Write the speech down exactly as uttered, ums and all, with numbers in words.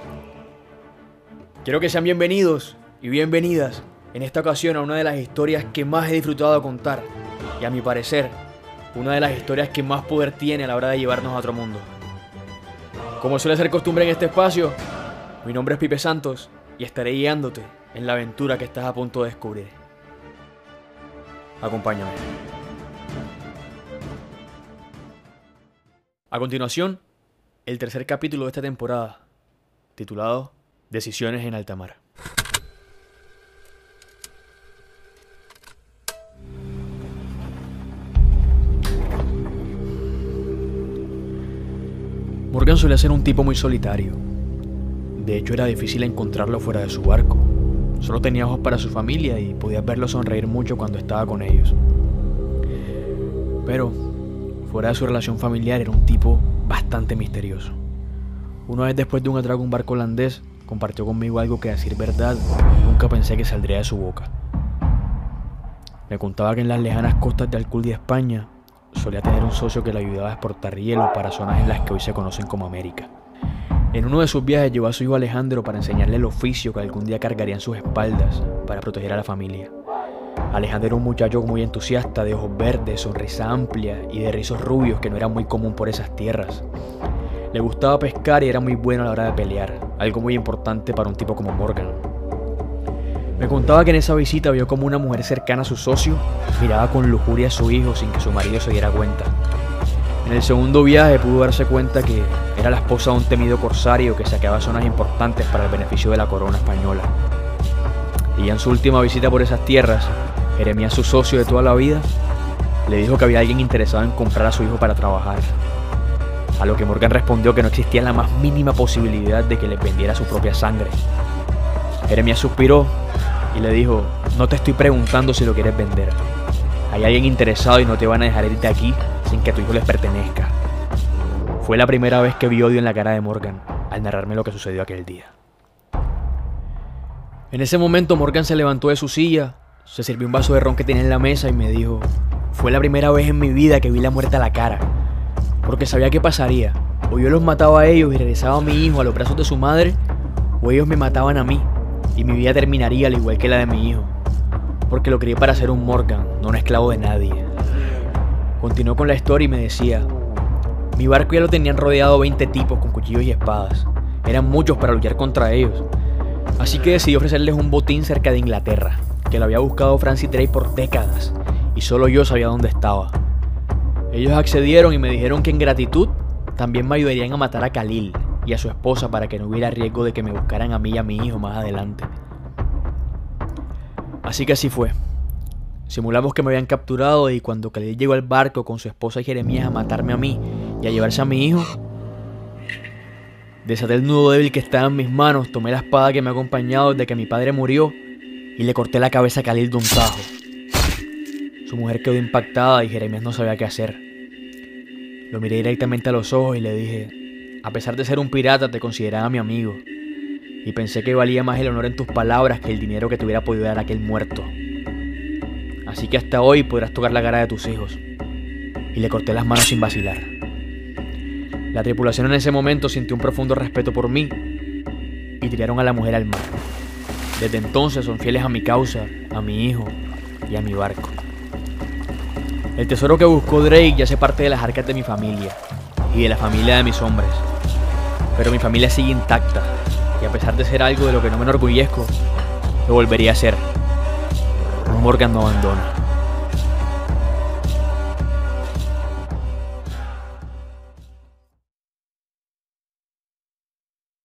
Quiero que sean bienvenidos y bienvenidas en esta ocasión a una de las historias que más he disfrutado de contar y, a mi parecer, una de las historias que más poder tiene a la hora de llevarnos a otro mundo. Como suele ser costumbre en este espacio, mi nombre es Pipe Santos y estaré guiándote en la aventura que estás a punto de descubrir. Acompáñame. A continuación, el tercer capítulo de esta temporada, titulado Decisiones en alta mar. Morgan solía ser un tipo muy solitario. De hecho, era difícil encontrarlo fuera de su barco. Solo tenía ojos para su familia y podías verlo sonreír mucho cuando estaba con ellos. Pero, fuera de su relación familiar, era un tipo bastante misterioso. Una vez después de un atraco a un barco holandés, compartió conmigo algo que, a decir verdad, nunca pensé que saldría de su boca. Me contaba que en las lejanas costas de Alcudia, España, solía tener un socio que le ayudaba a exportar hielo para zonas en las que hoy se conocen como América. En uno de sus viajes llevó a su hijo Alejandro para enseñarle el oficio que algún día cargaría en sus espaldas para proteger a la familia. Alejandro era un muchacho muy entusiasta, de ojos verdes, sonrisa amplia y de rizos rubios que no era muy común por esas tierras. Le gustaba pescar y era muy bueno a la hora de pelear, algo muy importante para un tipo como Morgan. Me contaba que en esa visita vio como una mujer cercana a su socio miraba con lujuria a su hijo sin que su marido se diera cuenta. En el segundo viaje pudo darse cuenta que era la esposa de un temido corsario que saqueaba zonas importantes para el beneficio de la corona española. Y ya en su última visita por esas tierras, Jeremías, su socio de toda la vida, le dijo que había alguien interesado en comprar a su hijo para trabajar. A lo que Morgan respondió que no existía la más mínima posibilidad de que le vendiera su propia sangre. Jeremías suspiró y le dijo: no te estoy preguntando si lo quieres vender. Hay alguien interesado y no te van a dejar irte aquí sin que tu hijo les pertenezca. Fue la primera vez que vi odio en la cara de Morgan al narrarme lo que sucedió aquel día. En ese momento Morgan se levantó de su silla, se sirvió un vaso de ron que tenía en la mesa y me dijo: fue la primera vez en mi vida que vi la muerte a la cara, porque sabía qué pasaría. O yo los mataba a ellos y regresaba a mi hijo a los brazos de su madre, o ellos me mataban a mí y mi vida terminaría al igual que la de mi hijo, porque lo crié para ser un Morgan, no un esclavo de nadie. Continuó con la historia y me decía: mi barco ya lo tenían rodeado veinte tipos con cuchillos y espadas. Eran muchos para luchar contra ellos. Así que decidí ofrecerles un botín cerca de Inglaterra, que lo había buscado Francis Drake por décadas, y solo yo sabía dónde estaba. Ellos accedieron y me dijeron que en gratitud también me ayudarían a matar a Khalil y a su esposa para que no hubiera riesgo de que me buscaran a mí y a mi hijo más adelante. Así que así fue. Simulamos que me habían capturado y cuando Khalil llegó al barco con su esposa y Jeremías a matarme a mí y a llevarse a mi hijo, desaté el nudo débil que estaba en mis manos, tomé la espada que me ha acompañado desde que mi padre murió y le corté la cabeza a Khalil de un tajo. Su mujer quedó impactada y Jeremías no sabía qué hacer. Lo miré directamente a los ojos y le dije: a pesar de ser un pirata, te consideraba mi amigo y pensé que valía más el honor en tus palabras que el dinero que te hubiera podido dar aquel muerto. Así que hasta hoy podrás tocar la cara de tus hijos. Y le corté las manos sin vacilar. La tripulación en ese momento sintió un profundo respeto por mí y tiraron a la mujer al mar. Desde entonces son fieles a mi causa, a mi hijo y a mi barco. El tesoro que buscó Drake ya hace parte de las arcas de mi familia y de la familia de mis hombres. Pero mi familia sigue intacta y, a pesar de ser algo de lo que no me enorgullezco, lo volvería a hacer. Un Morgan no abandona.